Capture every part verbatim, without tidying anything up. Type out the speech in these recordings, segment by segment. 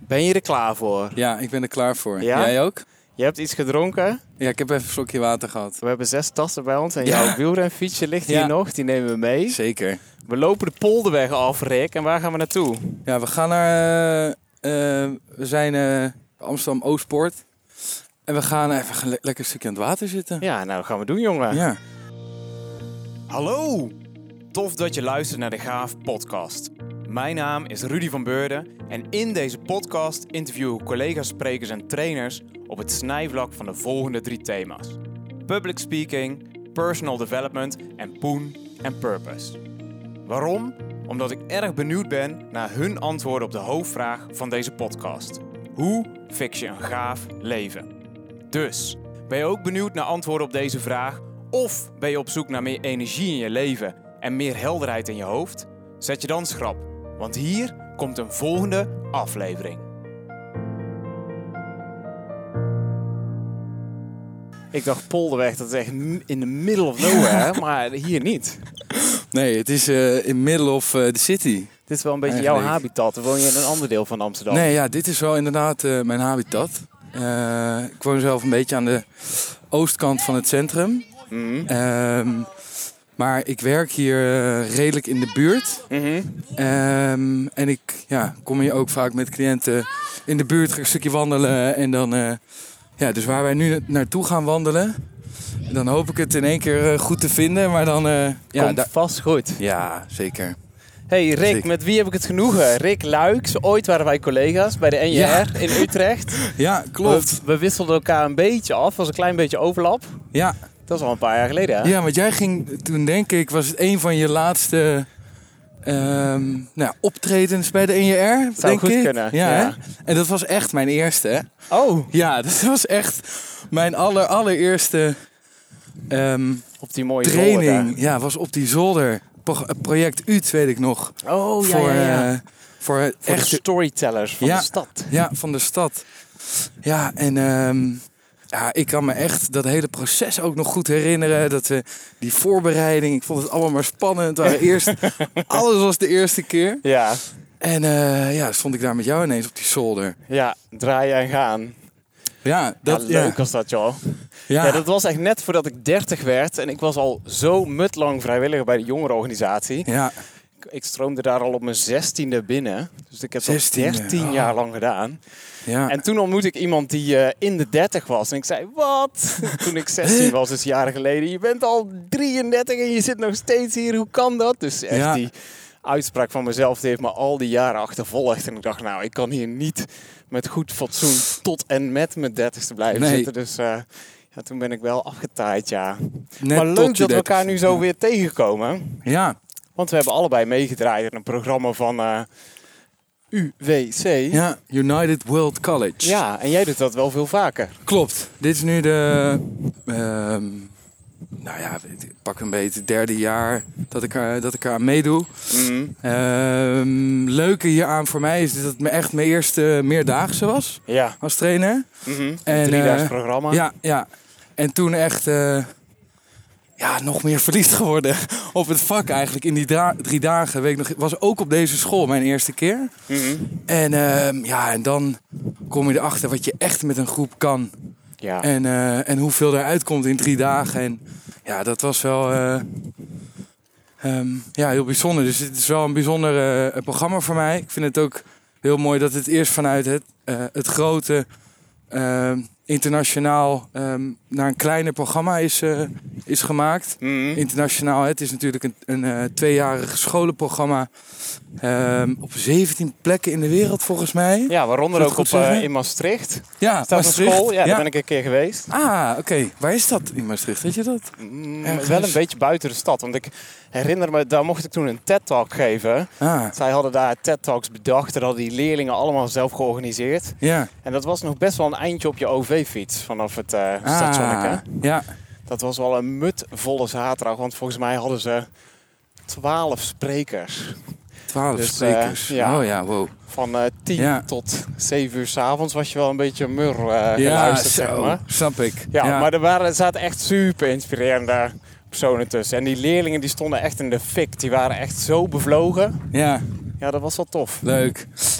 Ben je er klaar voor? Ja, ik ben er klaar voor. Ja? Jij ook? Je hebt iets gedronken. Ja, ik heb even een slokje water gehad. We hebben zes tassen bij ons en Ja. jouw wielrenfietsje ligt Ja. hier nog. Die nemen we mee. Zeker. We lopen de polderweg af, Rick. En waar gaan we naartoe? Ja, we gaan naar... Uh, uh, we zijn uh, Amsterdam Oostpoort. En we gaan even le- lekker een stukje aan het water zitten. Ja, nou dat gaan we doen, jongen. Ja. Hallo! Tof dat je luistert naar de Gaaf podcast. Mijn naam is Rudy van Beurden en in deze podcast interview ik collega's, sprekers en trainers op het snijvlak van de volgende drie thema's. Public speaking, personal development en poen en purpose. Waarom? Omdat ik erg benieuwd ben naar hun antwoorden op de hoofdvraag van deze podcast. Hoe fix je een gaaf leven? Dus, ben je ook benieuwd naar antwoorden op deze vraag? Of ben je op zoek naar meer energie in je leven en meer helderheid in je hoofd? Zet je dan schrap, want hier komt een volgende aflevering. Ik dacht Polderweg, dat is echt in the middle of nowhere, maar hier niet. Nee, het is uh, in middle of uh, the city. Dit is wel een beetje Eigenlijk. jouw habitat. Woon je in een ander deel van Amsterdam? Nee, ja, dit is wel inderdaad uh, mijn habitat. Uh, ik woon zelf een beetje aan de oostkant van het centrum. Mm-hmm. Um, maar ik werk hier uh, redelijk in de buurt. Mm-hmm. Um, en ik ja, kom hier ook vaak met cliënten in de buurt, ga ik een stukje wandelen. En dan, uh, ja, dus waar wij nu naartoe gaan wandelen, dan hoop ik het in één keer uh, goed te vinden. Maar dan, uh, ja, Komt daar... vast goed. Ja, zeker. Hey Rick, Zeker. met wie heb ik het genoegen? Rick Luiks. Ooit waren wij collega's bij de N J R Ja. in Utrecht. Ja, klopt. We, we wisselden elkaar een beetje af. Was een klein beetje overlap. Ja. Dat is al een paar jaar geleden, hè? Ja, want jij ging toen, denk ik, was het een van je laatste um, nou, optredens bij de N J R. Zou denk goed ik. kunnen. Ja, Ja. Hè? En dat was echt mijn eerste, hè? Oh, Ja, dat was echt mijn aller, allereerste um, op die mooie training. zolder Ja, was op die zolder. Pro- Project U T, weet ik nog. daar. Oh, ja, voor, ja, ja. uh, voor het Voor echte de storytellers van Ja. de stad. Ja, van de stad. Ja, en um, ja, ik kan me echt dat hele proces ook nog goed herinneren. Dat we die voorbereiding, ik vond het allemaal maar spannend. Het waren eerst, alles was de eerste keer. Ja, En uh, ja, stond ik daar met jou ineens op die zolder. ja, draaien en gaan. Ja, dat, ja, leuk ja. was dat, joh. Ja. Ja, dat was echt net voordat ik dertig werd. En ik was al zo mutlang vrijwilliger bij de jongerenorganisatie. Ja, Ik, ik stroomde daar al op mijn zestiende binnen. Dus ik heb dat zestiende, dertien oh. jaar lang gedaan. ja. En toen ontmoette ik iemand die uh, in de dertig was. En ik zei, wat? Toen ik zestien was, dus jaren geleden. Je bent al drieëndertig en je zit nog steeds hier. Hoe kan dat? Dus echt Ja. die uitspraak van mezelf, die heeft me al die jaren achtervolgd. En ik dacht, nou, ik kan hier niet met goed fatsoen tot en met mijn dertigste blijven Nee. zitten. Dus uh, ja, toen ben ik wel afgetaaid, ja. Net maar leuk tot je dat we elkaar dertigste. nu zo weer tegenkomen. Ja, Want we hebben allebei meegedraaid in een programma van uh, U W C. ja, United World College. Ja, en jij doet dat wel veel vaker. Klopt. Dit is nu de, um, nou ja, ik pak een beetje het derde jaar dat ik, uh, dat ik eraan meedoe. Mm. Um, leuke hieraan voor mij is dat het me echt mijn eerste meerdaagse was Ja. als trainer. Mm-hmm. En, Een driedaags uh, programma. Ja, ja. En toen echt uh, ja, nog meer verliefd geworden op het vak eigenlijk. In die dra- drie dagen weet ik nog, was ook op deze school mijn eerste keer. Mm-hmm. En, uh, ja, en dan kom je erachter wat je echt met een groep kan. Ja. En, uh, en hoeveel eruit komt in drie dagen. En ja, dat was wel uh, um, ja, heel bijzonder. Dus het is wel een bijzonder uh, programma voor mij. Ik vind het ook heel mooi dat het eerst vanuit het, uh, het grote... Uh, internationaal um, naar een kleiner programma is, uh, is gemaakt. Mm-hmm. Internationaal, het is natuurlijk een, een uh, tweejarig scholenprogramma. Um, op zeventien plekken in de wereld volgens mij. Ja, waaronder Is dat ook op, goed zeggen? uh, in Maastricht. Ja, Staat een Maastricht. school? Ja, daar Ja. ben ik een keer geweest. Ah, oké. Okay. Waar is dat in Maastricht? Weet je dat? Mm, Ergens. wel een beetje buiten de stad. Want ik herinner me, daar mocht ik toen een TED-talk geven. Ah, Zij hadden daar TED-talks bedacht. Dat hadden die leerlingen allemaal zelf georganiseerd. ja. En dat was nog best wel een eindje op je O V-fiets vanaf het uh, Ah, stationnetje. ja. Dat was wel een mutvolle zaterdag. Want volgens mij hadden ze twaalf sprekers. Twaalf Dus, uh, sprekers. ja. Oh ja, wow. Van uh, tien Ja. tot zeven uur 's avonds was je wel een beetje mur uh, Ja, geluisterd, zo. zeg maar. Snap ik. Ja, maar er, waren, er zaten echt super inspirerende personen tussen. En die leerlingen die stonden echt in de fik. Die waren echt zo bevlogen. Ja, Ja, dat was wel tof. leuk.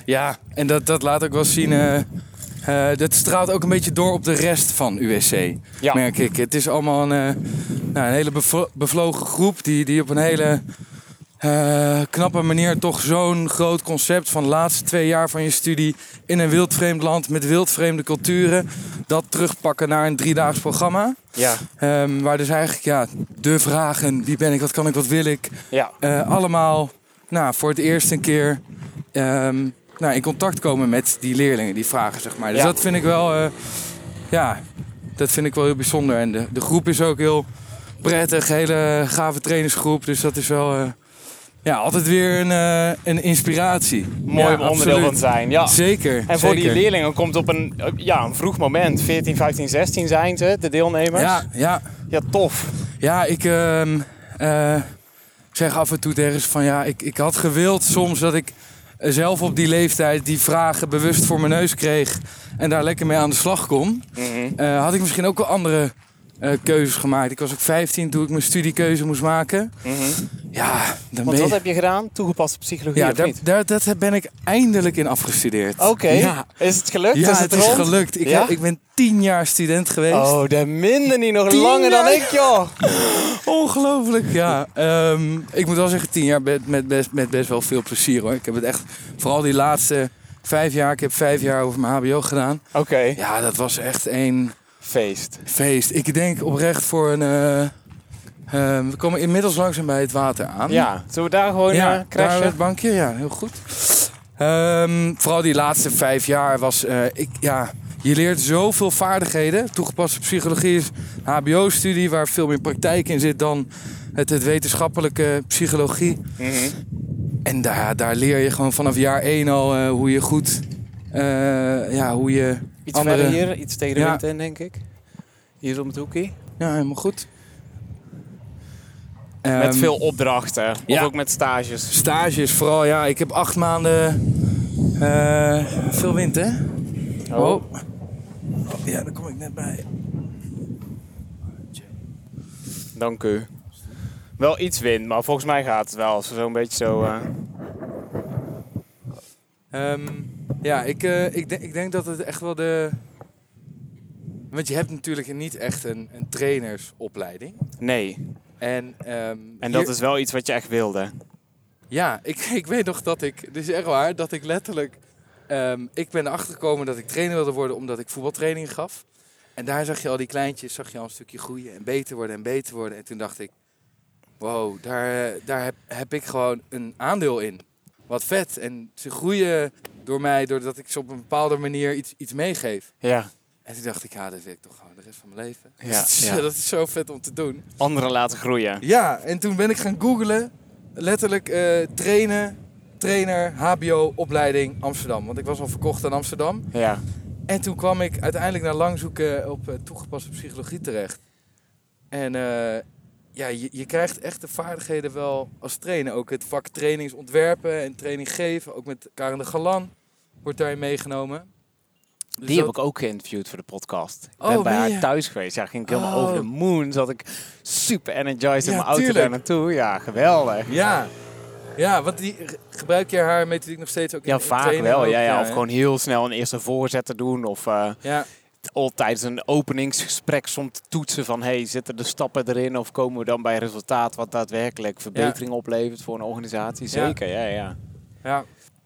Ja, en dat, dat laat ook wel zien. Uh, uh, dat straalt ook een beetje door op de rest van U S C. Ja. Merk ik. Het is allemaal een, uh, nou, een hele bevo- bevlogen groep die, die op een hele uh, knappe manier toch zo'n groot concept van de laatste twee jaar van je studie in een wildvreemd land met wildvreemde culturen, dat terugpakken naar een driedaags programma. Ja. Um, waar dus eigenlijk ja, de vragen, wie ben ik, wat kan ik, wat wil ik, ja. uh, allemaal nou, voor het eerst een keer um, nou, in contact komen met die leerlingen, die vragen, zeg maar. Dus ja. dat vind ik wel, uh, ja, dat vind ik wel heel bijzonder. En de, de groep is ook heel prettig, hele gave trainersgroep. Dus dat is wel uh, ja, altijd weer een, uh, een inspiratie. Mooi ja, om onderdeel van te zijn. Ja. Zeker. En voor zeker. die leerlingen komt op een, ja, een vroeg moment, veertien, vijftien, zestien zijn ze, de deelnemers. Ja, ja. Ja, tof. Ja, ik uh, uh, zeg af en toe tegen ze van ja, ik, ik had gewild soms dat ik zelf op die leeftijd die vragen bewust voor mijn neus kreeg en daar lekker mee aan de slag kon. Mm-hmm. Uh, had ik misschien ook wel andere uh, keuzes gemaakt. Ik was ook vijftien toen ik mijn studiekeuze moest maken. Mm-hmm. Ja, dan Want ben wat heb je gedaan? Toegepaste psychologie ja, of daar, niet? daar, dat ben ik eindelijk in afgestudeerd. Oké, okay. ja. Is het gelukt? Ja, is het, het is rond? gelukt. Ik, ja? heb, ik ben tien jaar student geweest. Oh, dat minder niet. Nog tien langer jaar? dan ik, joh. Ongelooflijk, ja. Um, ik moet wel zeggen, tien jaar met, met, best, met best wel veel plezier, hoor. Ik heb het echt, vooral die laatste vijf jaar, ik heb vijf jaar over mijn hbo gedaan. Oké. Okay. Ja, dat was echt een feest. Feest. Ik denk oprecht voor een... Uh, uh, we komen inmiddels langzaam bij het water aan. Ja, zullen we daar gewoon ja, uh, crashen? Daar het bankje, ja, heel goed. Um, vooral die laatste vijf jaar was... Uh, ik, ja, je leert zoveel vaardigheden. Toegepaste psychologie is een hbo-studie waar veel meer praktijk in zit dan het, het wetenschappelijke psychologie. Mm-hmm. En daar, daar leer je gewoon vanaf jaar één al uh, hoe je goed... Uh, ja, hoe je iets andere... verder hier, iets tegen de ja. wind in, denk ik. Hier om het hoekje. Ja, helemaal goed. Met um, veel opdrachten, of ja. ook met stages. Stages, vooral, ja. Ik heb acht maanden... Uh, veel wind, hè? Oh. oh. Ja, daar kom ik net bij. Dank u. Wel iets wind, maar volgens mij gaat het wel. Als we zo'n beetje zo... Uh... Um, ja, ik, uh, ik, de- ik denk dat het echt wel de... Want je hebt natuurlijk niet echt een, een trainersopleiding. Nee. En, um, en dat hier... is wel iets wat je echt wilde. Ja, ik, ik weet nog dat ik... Dit is echt waar, dat ik letterlijk... Um, ik ben erachter gekomen dat ik trainer wilde worden omdat ik voetbaltrainingen gaf. En daar zag je al die kleintjes, zag je al een stukje groeien en beter worden en beter worden. En toen dacht ik, wow, daar, daar heb, heb ik gewoon een aandeel in. Wat vet. En ze groeien door mij, doordat ik ze op een bepaalde manier iets, iets meegeef. Ja. En toen dacht ik, ja, dat wil ik toch gewoon de rest van mijn leven. Ja, dat, is, ja. dat is zo vet om te doen. Anderen laten groeien. Ja, en toen ben ik gaan googlen. Letterlijk uh, trainen, trainer, hbo, opleiding, Amsterdam. Want ik was al verkocht aan Amsterdam. Ja. En toen kwam ik uiteindelijk na lang zoeken op uh, toegepaste psychologie terecht. En uh, ja, je, je krijgt echt de vaardigheden wel als trainer. Ook het vak trainingsontwerpen en training geven. Ook met Karen de Galan wordt daarin meegenomen. Dus die dat... heb ik ook geïnterviewd voor de podcast. Ik oh, ben bij ben haar je? thuis geweest. Ja, ging ik helemaal oh. over de moon. Zat ik super energized ja, in mijn auto tuurlijk. daar naartoe. Ja, geweldig. Ja. Ja, want die, gebruik je haar methodiek nog steeds ook in Ja, in vaak wel. ook? Ja, ja. Ja, Of gewoon heel snel een eerste voorzet te doen. Of uh, ja. al tijdens een openingsgesprek soms te toetsen van... hey, zitten de stappen erin of komen we dan bij een resultaat... wat daadwerkelijk verbetering ja. oplevert voor een organisatie? Zeker, ja, ja. ja. ja.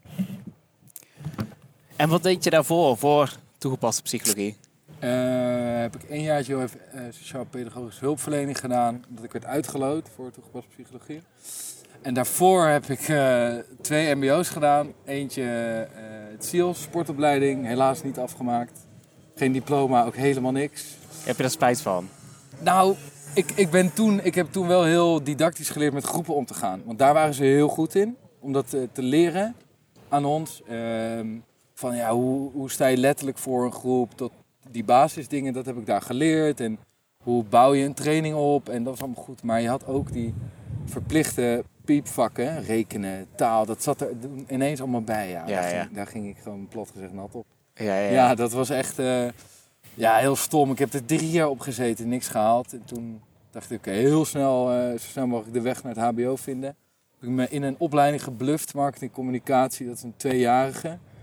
En wat deed je daarvoor, voor toegepaste psychologie? Uh, heb ik een jaartje uh, sociaal-pedagogische hulpverlening gedaan. Omdat ik werd uitgeloot voor toegepaste psychologie. En daarvoor heb ik uh, twee mbo's gedaan. Eentje uh, het S I O S, sportopleiding, helaas niet afgemaakt. Geen diploma, ook helemaal niks. Heb je daar spijt van? Nou, ik, ik, ben toen, ik heb toen wel heel didactisch geleerd met groepen om te gaan. Want daar waren ze heel goed in, om dat uh, te leren aan ons. Uh, van ja, hoe, hoe sta je letterlijk voor een groep? Tot die basisdingen, dat heb ik daar geleerd. En hoe bouw je een training op? En dat was allemaal goed. Maar je had ook die verplichte piepvakken, rekenen, taal. Dat zat er ineens allemaal bij. Ja. Ja, daar, ja. Ging, daar ging ik gewoon plat gezegd nat op. Ja, ja, ja. ja dat was echt uh, ja, heel stom. Ik heb er drie jaar op gezeten, niks gehaald. En toen dacht ik, oké, okay, heel snel, uh, zo snel mogelijk de weg naar het hbo vinden. Heb ik me in een opleiding gebluft, marketing communicatie. Dat is een tweejarige.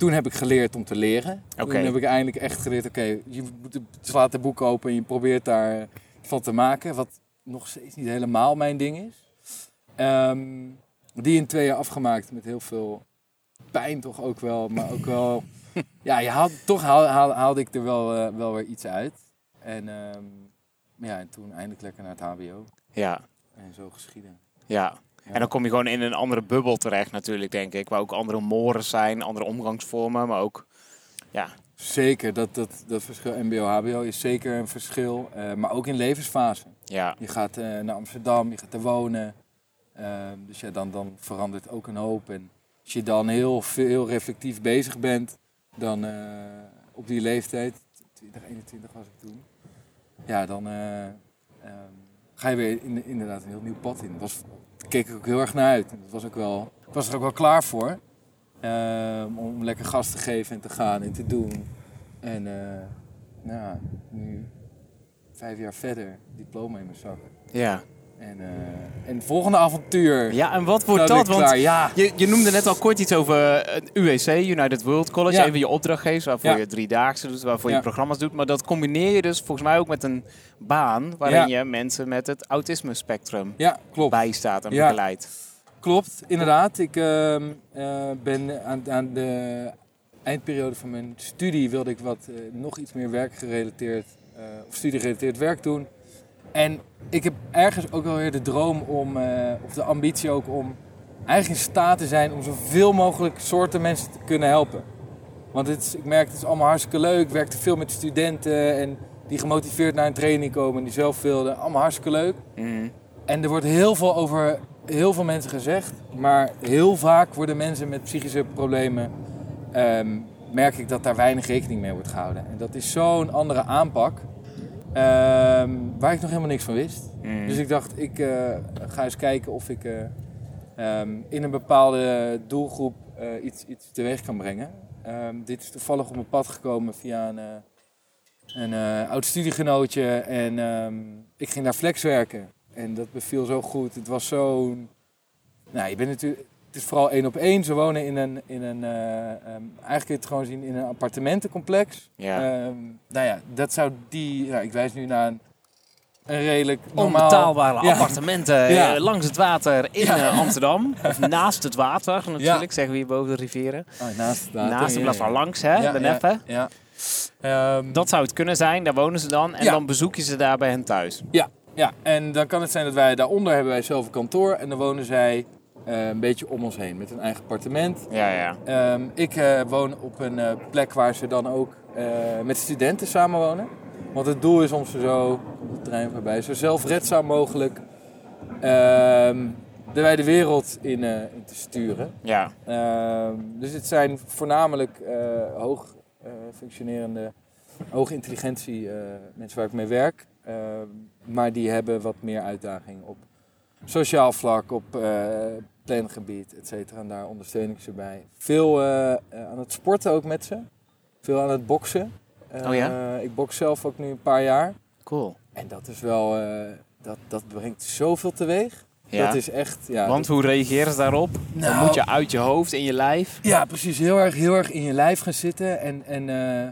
toen heb ik geleerd om te leren. Okay. Toen heb ik eindelijk echt geleerd, oké, okay, je moet, je slaat een boek open en je probeert daar van te maken. Wat nog steeds niet helemaal mijn ding is. Um, die in twee jaar afgemaakt met heel veel pijn toch ook wel. Maar ook wel, ja, je haal, toch haal, haal, haalde ik er wel, uh, wel weer iets uit. En, um, ja, en toen eindelijk lekker naar het H B O. Ja. En zo geschieden. Ja. Ja. En dan kom je gewoon in een andere bubbel terecht natuurlijk, denk ik. Waar ook andere mores zijn, andere omgangsvormen, maar ook, ja... Zeker, dat, dat, dat verschil M B O H B O is zeker een verschil. Uh, maar ook in levensfase. Ja. Je gaat uh, naar Amsterdam, je gaat er wonen. Uh, dus ja, dan, dan verandert ook een hoop. En als je dan heel, heel reflectief bezig bent, dan uh, op die leeftijd, twintig, eenentwintig was ik toen. Ja, dan uh, um, ga je weer in, inderdaad een heel nieuw pad in. Was, daar keek ik ook heel erg naar uit. Dat was ook wel, ik was er ook wel klaar voor. Uh, om lekker gas te geven en te gaan en te doen. En uh, nou, nu vijf jaar verder, diploma in mijn zak. Ja. En, uh, en het volgende avontuur. Ja, en wat wordt dat? Want ja. je, je noemde net al kort iets over het U W C, United World College. Ja. Even je opdrachtgevers, waarvoor ja. je driedaagse doet, waarvoor ja. je programma's doet. Maar dat combineer je dus volgens mij ook met een baan waarin ja. je mensen met het autisme spectrum ja, klopt. bijstaat en ja. begeleidt. Klopt, inderdaad. Ik uh, uh, ben aan, aan de eindperiode van mijn studie wilde ik wat uh, nog iets meer werkgerelateerd uh, of studiegerelateerd werk doen. En ik heb ergens ook wel weer de droom om, uh, of de ambitie ook om eigenlijk in staat te zijn om zoveel mogelijk soorten mensen te kunnen helpen. Want het is, ik merk het is allemaal hartstikke leuk. Ik werkte veel met studenten en die gemotiveerd naar een training komen en die zelf wilden. Allemaal hartstikke leuk. Mm. En er wordt heel veel over heel veel mensen gezegd, maar heel vaak worden mensen met psychische problemen, um, merk ik dat daar weinig rekening mee wordt gehouden. En dat is zo'n andere aanpak, um, waar ik nog helemaal niks van wist. Mm. Dus ik dacht, ik uh, ga eens kijken of ik uh, um, in een bepaalde doelgroep uh, iets, iets teweeg kan brengen. Um, dit is toevallig op mijn pad gekomen via een, uh, een uh, oud studiegenootje en um, ik ging naar Flex werken. En dat beviel zo goed. Het was zo... Nou, je bent natuurlijk... Het is vooral één op één. Ze wonen in een... In een uh, um, eigenlijk kun je het gewoon zien in een appartementencomplex. Ja. Um, nou ja, dat zou die... Nou, ik wijs nu naar een, een redelijk normaal... Onbetaalbare ja. appartementen ja. langs het water in ja. uh, Amsterdam. Of naast het water natuurlijk, ja. zeggen we hier boven de rivieren. Oh, naast het water. Naast in plaats van ja, ja. langs, hè? Ja, de ja, neffen. Ja. Um, dat zou het kunnen zijn. Daar wonen ze dan. En ja. dan bezoek je ze daar bij hen thuis. Ja. Ja, en dan kan het zijn dat wij daaronder hebben wij zelf een kantoor en dan wonen zij uh, een beetje om ons heen met een eigen appartement. Ja, ja. Um, ik uh, woon op een uh, plek waar ze dan ook uh, met studenten samenwonen. Want het doel is om ze zo, op de trein voorbij, zo zelfredzaam mogelijk uh, de wijde wereld in, uh, in te sturen. Ja. Uh, dus het zijn voornamelijk uh, hoog uh, functionerende, hoge intelligentie uh, mensen waar ik mee werk. Uh, maar die hebben wat meer uitdaging op sociaal vlak, op uh, plangebied, et cetera. En daar ondersteun ik ze bij. Veel uh, uh, aan het sporten ook met ze. Veel aan het boksen. Uh, oh ja? Ik boks zelf ook nu een paar jaar. Cool. En dat is wel, uh, dat, dat brengt zoveel teweeg. Ja. Dat is echt... Ja, Want dat... hoe reageren ze daarop? Nou, dan moet je uit je hoofd, in je lijf? Ja, precies. Heel erg, heel erg in je lijf gaan zitten. En... en uh,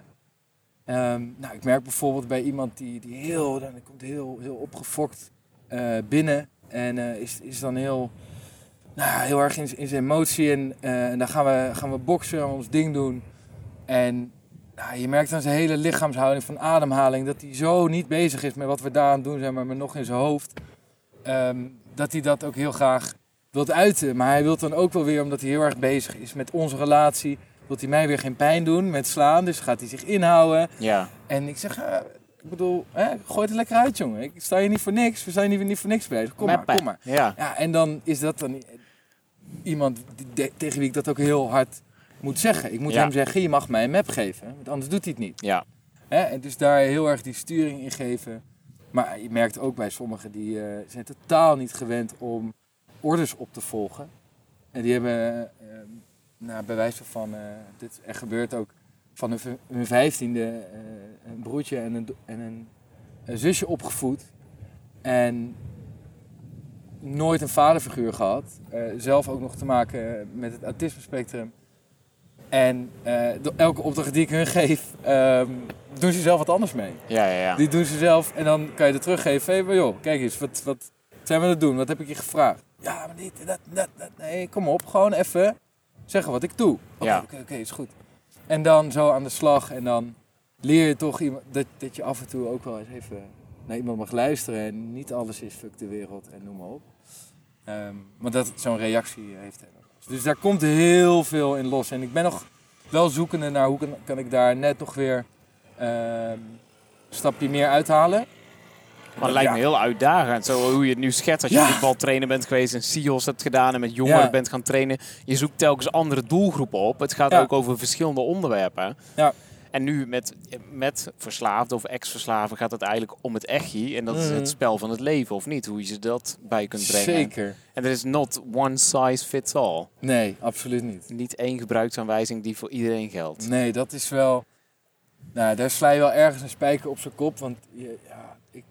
Um, nou, ik merk bijvoorbeeld bij iemand die, die heel, dan komt heel, heel opgefokt uh, binnen en uh, is, is dan heel, nou, heel erg in, in zijn emotie en, uh, en dan gaan we, gaan we boksen, gaan we ons ding doen. En nou, je merkt aan zijn hele lichaamshouding van ademhaling dat hij zo niet bezig is met wat we daar aan het doen zijn, maar met nog in zijn hoofd. Um, dat hij dat ook heel graag wilt uiten, maar hij wil dan ook wel weer, omdat hij heel erg bezig is met onze relatie, wil hij mij weer geen pijn doen met slaan, dus gaat hij zich inhouden. Ja. En ik zeg, uh, ik bedoel, hè, gooi het er lekker uit, jongen. Ik sta hier niet voor niks, we zijn hier niet voor niks bezig. Kom maar, kom maar. Ja. Ja, en dan is dat dan iemand die, de, tegen wie ik dat ook heel hard moet zeggen. Ik moet ja. hem zeggen, je mag mij een map geven, want anders doet hij het niet. Ja. Hè, en dus daar heel erg die sturing in geven. Maar je merkt ook bij sommigen, die uh, zijn totaal niet gewend om orders op te volgen. En die hebben... Uh, Nou, bij wijze van, uh, dit er gebeurt ook van hun, hun vijftiende uh, een broertje en, een, en een, een zusje opgevoed. En nooit een vaderfiguur gehad. Uh, zelf ook nog te maken met het autisme spectrum. En uh, door elke opdracht die ik hun geef, uh, doen ze zelf wat anders mee. Ja, ja, ja. Die doen ze zelf en dan kan je er teruggeven. Hey, maar joh, kijk eens, wat, wat zijn we aan het doen? Wat heb ik je gevraagd? Ja, maar dit, dat, dat, dat. Nee, kom op, gewoon even zeggen wat ik doe. Oké, okay, ja. oké, okay, okay, is goed. En dan zo aan de slag en dan leer je toch iemand, dat, dat je af en toe ook wel eens even naar iemand mag luisteren. En niet alles is fuck de wereld en noem maar op. Um, maar dat het zo'n reactie heeft. Dus daar komt heel veel in los. En ik ben nog wel zoekende naar hoe kan, kan ik daar net nog weer uh, een stapje meer uithalen. Maar het lijkt ja. me heel uitdagend. Zo hoe je het nu schetst. Als je ja. voetbaltrainer bent geweest en S I O S hebt gedaan en met jongeren ja. bent gaan trainen. Je zoekt telkens andere doelgroepen op. Het gaat ja. ook over verschillende onderwerpen. Ja. En nu met, met verslaafden of ex-verslaven gaat het eigenlijk om het echi. En dat mm. is het spel van het leven, of niet? Hoe je ze dat bij kunt brengen. Zeker. En er is not one size fits all. Nee, absoluut niet. Niet één gebruiksaanwijzing die voor iedereen geldt. Nee, dat is wel... Nou, daar sla je wel ergens een spijker op zijn kop. Want je, ja, ik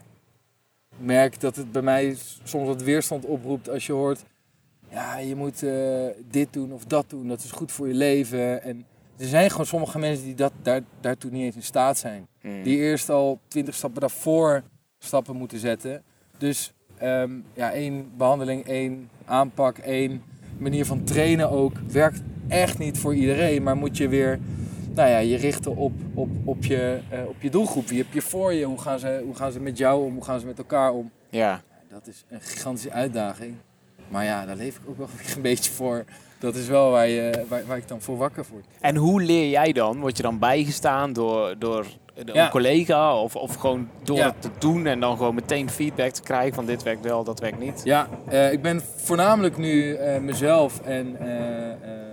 merk dat het bij mij soms wat weerstand oproept als je hoort... Ja, je moet uh, dit doen of dat doen. Dat is goed voor je leven. En... Er zijn gewoon sommige mensen die dat, daar, daartoe niet eens in staat zijn. Mm. Die eerst al twintig stappen daarvoor stappen moeten zetten. Dus um, ja, één behandeling, één aanpak, één manier van trainen ook. Werkt echt niet voor iedereen. Maar moet je weer nou ja, je richten op, op, op, je, uh, op je doelgroep. Wie heb je voor je? Hoe gaan, ze, hoe gaan ze met jou om? Hoe gaan ze met elkaar om? Ja. Dat is een gigantische uitdaging. Maar ja, daar leef ik ook wel een beetje voor. Dat is wel waar, je, waar, waar ik dan voor wakker word. En hoe leer jij dan? Word je dan bijgestaan door, door een ja. collega? Of, of gewoon door ja. het te doen en dan gewoon meteen feedback te krijgen van dit werkt wel, dat werkt niet? Ja, uh, ik ben voornamelijk nu uh, mezelf en uh, uh,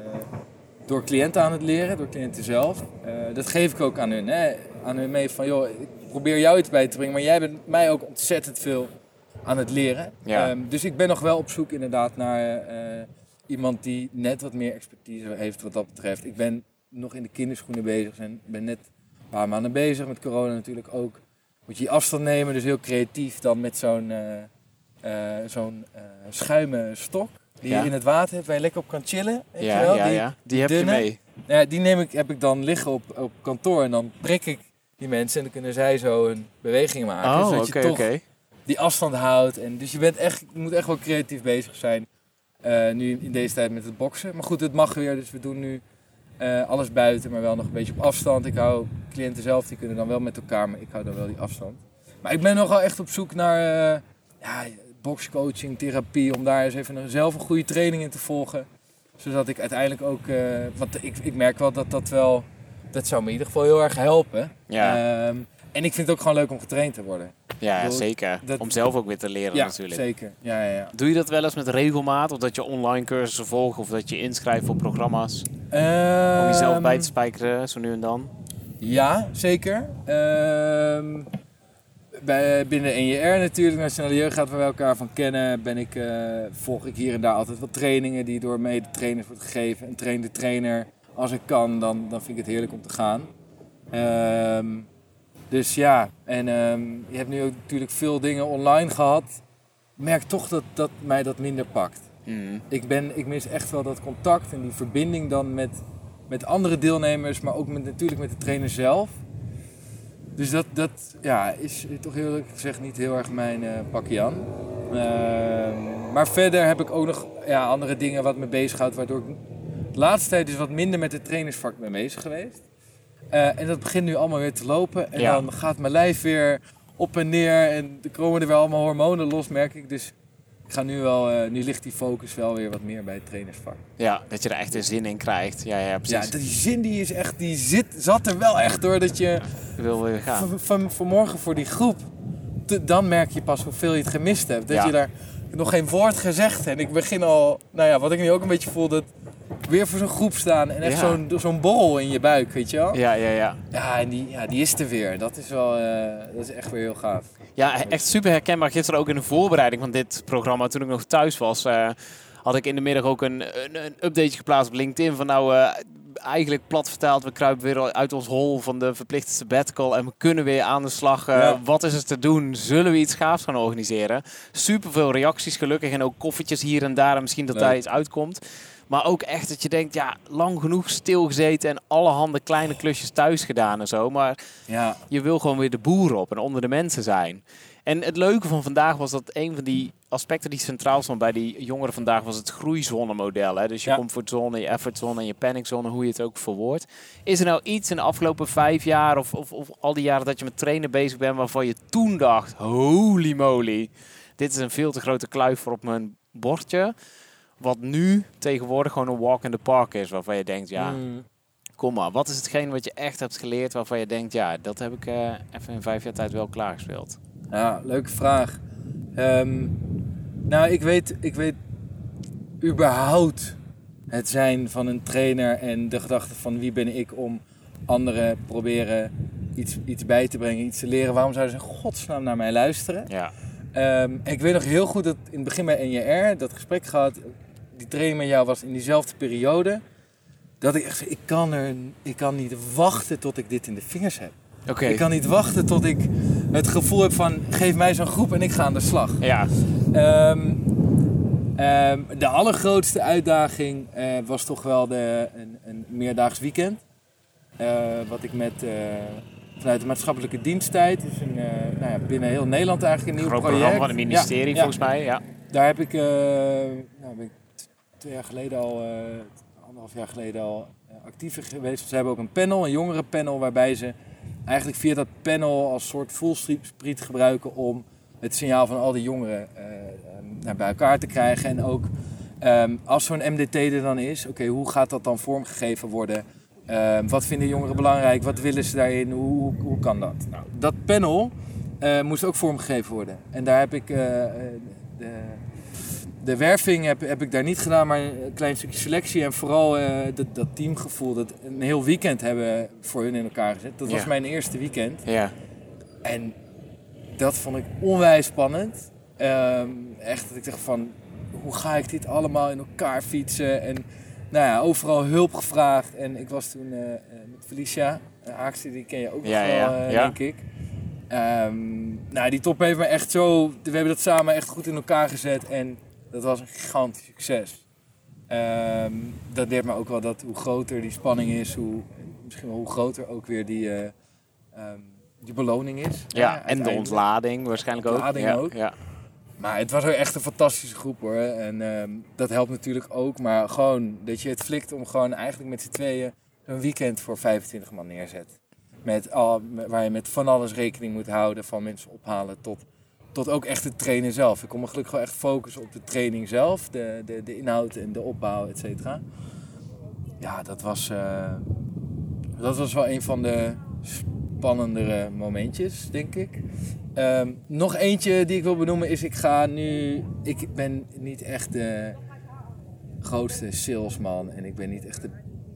door cliënten aan het leren, door cliënten zelf. Uh, dat geef ik ook aan hun, hè? Aan hun mee van joh, ik probeer jou iets bij te brengen, maar jij bent mij ook ontzettend veel aan het leren. Ja. Um, dus ik ben nog wel op zoek inderdaad naar... Uh, Iemand die net wat meer expertise heeft wat dat betreft. Ik ben nog in de kinderschoenen bezig en ben net een paar maanden bezig. Met corona natuurlijk ook. Moet je afstand nemen, dus heel creatief dan met zo'n, uh, uh, zo'n uh, schuimen stok. Die ja. je in het water hebt, waar je lekker op kan chillen. Weet ja, je wel? ja, die, ja. Die heb dunne. je mee. Ja, die neem ik, heb ik dan liggen op, op kantoor en dan prik ik die mensen. En dan kunnen zij zo een beweging maken. Oh, zodat oké, je toch oké. die afstand houdt. En dus je, bent echt, je moet echt wel creatief bezig zijn. Uh, nu in deze tijd met het boksen. Maar goed, het mag weer, dus we doen nu uh, alles buiten, maar wel nog een beetje op afstand. Ik hou cliënten zelf, die kunnen dan wel met elkaar, maar ik hou dan wel die afstand. Maar ik ben nogal echt op zoek naar uh, ja, bokscoaching, therapie, om daar eens even een, zelf een goede training in te volgen. Zodat ik uiteindelijk ook, uh, want ik, ik merk wel dat dat wel, dat zou me in ieder geval heel erg helpen. Ja. Um, en ik vind het ook gewoon leuk om getraind te worden. Ja, bedoel, zeker. Dat... Om zelf ook weer te leren ja, natuurlijk. Zeker. Ja, ja, ja. Doe je dat wel eens met regelmaat? Of dat je online cursussen volgt? Of dat je inschrijft voor programma's? Um... Om jezelf bij te spijkeren, zo nu en dan? Ja, zeker. Um... Bij, binnen N J R natuurlijk, Nationale Jeugdraad, waar we elkaar van kennen, ben ik, uh, volg ik hier en daar altijd wat trainingen die door mede trainers wordt gegeven. En train de trainer, als ik kan, dan, dan vind ik het heerlijk om te gaan. Um, dus ja, en um, je hebt nu ook natuurlijk veel dingen online gehad. Ik merk toch dat, dat mij dat minder pakt. Mm. Ik, ben, ik mis echt wel dat contact en die verbinding dan met, met andere deelnemers, maar ook met, natuurlijk met de trainer zelf. Dus dat, dat ja, is toch eerlijk gezegd niet heel erg mijn uh, pakje aan. Uh, maar verder heb ik ook nog ja, andere dingen wat me bezighoudt, waardoor ik de laatste tijd dus wat minder met het trainersvak ben bezig geweest. Uh, en dat begint nu allemaal weer te lopen en ja. dan gaat mijn lijf weer op en neer en er komen er wel allemaal hormonen los, merk ik. Dus ik ga nu wel, uh, nu ligt die focus wel weer wat meer bij het trainersvak. Ja, dat je er echt een zin in krijgt. Ja, ja, precies. Ja, die zin die is echt, die zit, zat er wel echt door dat je ja, wil weer gaan. Van, van, vanmorgen voor die groep, te, dan merk je pas hoeveel je het gemist hebt. Dat ja. je daar nog geen woord gezegd hebt. En ik begin al, nou ja, wat ik nu ook een beetje voel, dat weer voor zo'n groep staan en echt ja. zo'n, zo'n borrel in je buik, weet je wel? Ja, ja, ja. Ja, en die, ja, die is er weer. Dat is wel, uh, dat is echt weer heel gaaf. Ja, echt super herkenbaar. Gisteren ook in de voorbereiding van dit programma, toen ik nog thuis was, uh, had ik in de middag ook een, een, een updateje geplaatst op LinkedIn van nou, uh, eigenlijk plat vertaald, we kruipen weer uit ons hol van de verplichte sabbatical en we kunnen weer aan de slag. Uh, ja. Wat is er te doen? Zullen we iets gaafs gaan organiseren? Super veel reacties gelukkig en ook koffietjes hier en daar en misschien dat Leuk. daar iets uitkomt. Maar ook echt dat je denkt, ja, lang genoeg stilgezeten en allerhande kleine klusjes thuis gedaan en zo. Maar Ja. je wil gewoon weer de boer op en onder de mensen zijn. En het leuke van vandaag was dat een van die aspecten die centraal stond bij die jongeren vandaag was het groeizonemodel. Hè? Dus je Ja. comfortzone, je effortzone en je paniczone, hoe je het ook verwoordt. Is er nou iets in de afgelopen vijf jaar of, of, of al die jaren dat je met trainen bezig bent waarvan je toen dacht, holy moly, dit is een veel te grote kluif voor op mijn bordje. Wat nu tegenwoordig gewoon een walk in the park is, waarvan je denkt, ja, Mm. kom maar. Wat is hetgeen wat je echt hebt geleerd waarvan je denkt, ja, dat heb ik uh, even in vijf jaar tijd wel klaargespeeld? Ja, leuke vraag. Um, nou, ik weet, ik weet überhaupt het zijn van een trainer en de gedachte van wie ben ik om anderen proberen iets, iets bij te brengen, iets te leren. Waarom zouden ze in godsnaam naar mij luisteren? Ja. Um, ik weet nog heel goed dat in het begin bij N J R, dat gesprek gehad, die training met jou was in diezelfde periode, dat ik echt zei, ik kan, er, ik kan niet wachten tot ik dit in de vingers heb. Okay. Ik kan niet wachten tot ik het gevoel heb van, geef mij zo'n groep en ik ga aan de slag. Ja. Um, um, de allergrootste uitdaging uh, was toch wel de, een, een meerdaags weekend. Uh, wat ik met, uh, vanuit de maatschappelijke diensttijd, dus een, uh, nou ja, binnen heel Nederland eigenlijk een nieuw Groot project. programma van het ministerie ja, volgens ja. mij. Ja. Daar heb ik, uh, nou, ben ik t- twee jaar geleden al, uh, anderhalf jaar geleden al uh, actief geweest. Ze hebben ook een panel, een jongerenpanel, waarbij ze eigenlijk via dat panel als soort voelspriet gebruiken om het signaal van al die jongeren uh, naar bij elkaar te krijgen. En ook um, als zo'n M D T er dan is, oké, okay, hoe gaat dat dan vormgegeven worden? Uh, wat vinden jongeren belangrijk? Wat willen ze daarin? Hoe, hoe, hoe kan dat? Nou, dat panel uh, moest ook vormgegeven worden. En daar heb ik uh, de, de werving heb, heb ik daar niet gedaan, maar een klein stukje selectie en vooral uh, dat, dat teamgevoel, dat een heel weekend hebben voor hun in elkaar gezet. Dat was ja. mijn eerste weekend. Ja. En dat vond ik onwijs spannend. Um, echt dat ik dacht van, hoe ga ik dit allemaal in elkaar fietsen? En nou ja, overal hulp gevraagd. En ik was toen uh, met Felicia Haakse, die ken je ook nog ja, wel, ja, uh, ja. denk ik. Um, nou, die top heeft me echt zo, we hebben dat samen echt goed in elkaar gezet. En dat was een gigantisch succes. Um, dat leert me ook wel dat hoe groter die spanning is, hoe, misschien wel hoe groter ook weer die, uh, um, die beloning is. Ja, uh, en de ontlading waarschijnlijk ontlading ook. ook. Ja, ja. Maar het was ook echt een fantastische groep hoor. En um, dat helpt natuurlijk ook. Maar gewoon dat je het flikt om gewoon eigenlijk met z'n tweeën een weekend voor vijfentwintig man neerzet. Met al, waar je met van alles rekening moet houden. Van mensen ophalen tot, tot ook echt het trainen zelf. Ik kon me gelukkig wel echt focussen op de training zelf. De, de, de inhoud en de opbouw, et cetera. Ja, dat was, uh, dat was wel een van de spannendere momentjes, denk ik. Um, nog eentje die ik wil benoemen is, ik ga nu... Ik ben niet echt de grootste salesman en ik ben niet echt de,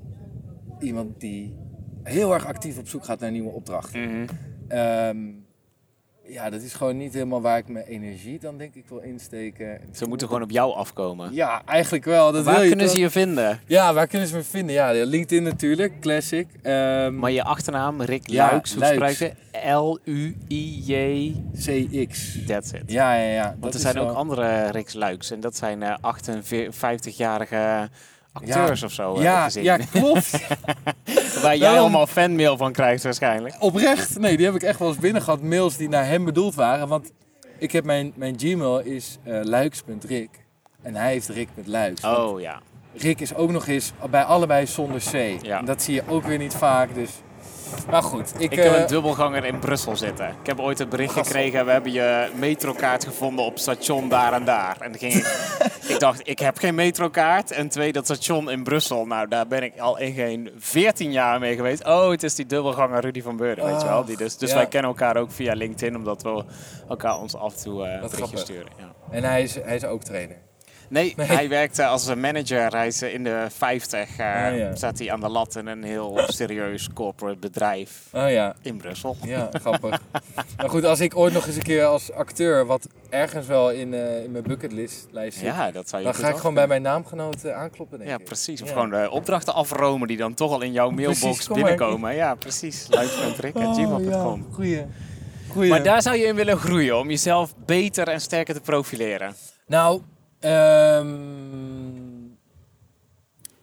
iemand die heel erg actief op zoek gaat naar nieuwe opdrachten. Mm-hmm. Um, ja, dat is gewoon niet helemaal waar ik mijn energie dan denk ik wil insteken. Ze moeten gewoon op jou afkomen. Ja, eigenlijk wel. Dat waar wil je kunnen toch? ze je vinden? Ja, waar kunnen ze me vinden? Ja, LinkedIn natuurlijk, classic. Um, maar je achternaam, Rick ja, Luijks, hoe Luijks. spreekt je? L U I J C X. That's it. Ja, ja, ja. Want dat er zijn wel... ook andere Rick Luijks en dat zijn uh, achtenvijftigjarige acteurs ja. of zo. Ja, gezien. ja, klopt. Waar jij Daarom... allemaal fanmail van krijgt waarschijnlijk. Oprecht? Nee, die heb ik echt wel eens binnen gehad. Mails die naar hem bedoeld waren. Want ik heb mijn, mijn Gmail is uh, luiks punt rick. En hij heeft Rick met Luiks. Oh ja. Rick is ook nog eens bij allebei zonder C. Ja. En dat zie je ook weer niet vaak. Dus... Maar goed. Ik, ik uh... heb een dubbelganger in Brussel zitten. Ik heb ooit het bericht Gassel. gekregen. We hebben je metrokaart gevonden op station daar en daar. En dan ging ik... ik dacht, ik heb geen metrokaart. En twee, dat station in Brussel. Nou, daar ben ik al in geen veertien jaar mee geweest. Oh, het is die dubbelganger Rudy van Beurden, weet je wel. Die dus dus ja. wij kennen elkaar ook via LinkedIn. Omdat we elkaar ons af en toe uh, berichtjes grappig. sturen. Ja. En hij is, hij is ook trainer. Nee, Nee. hij werkte als een manager. Hij is in de vijftig. Uh, Ah, ja. Zat hij aan de lat in een heel serieus corporate bedrijf Oh ja. in Brussel. Ja, grappig. Nou goed, als ik ooit nog eens een keer als acteur, wat ergens wel in, uh, in mijn bucketlist lijst zit, Ja, dat zou je dan goed ga ik gewoon bij mijn naamgenoot uh, aankloppen, denk Ja, ik. precies. Of Ja. gewoon de opdrachten afromen die dan toch al in jouw mailbox Precies, kom maar. binnenkomen. Ja, precies. luiks punt rick at gmail punt com. Oh, goeie. goeie. Maar daar zou je in willen groeien om jezelf beter en sterker te profileren. Nou, um,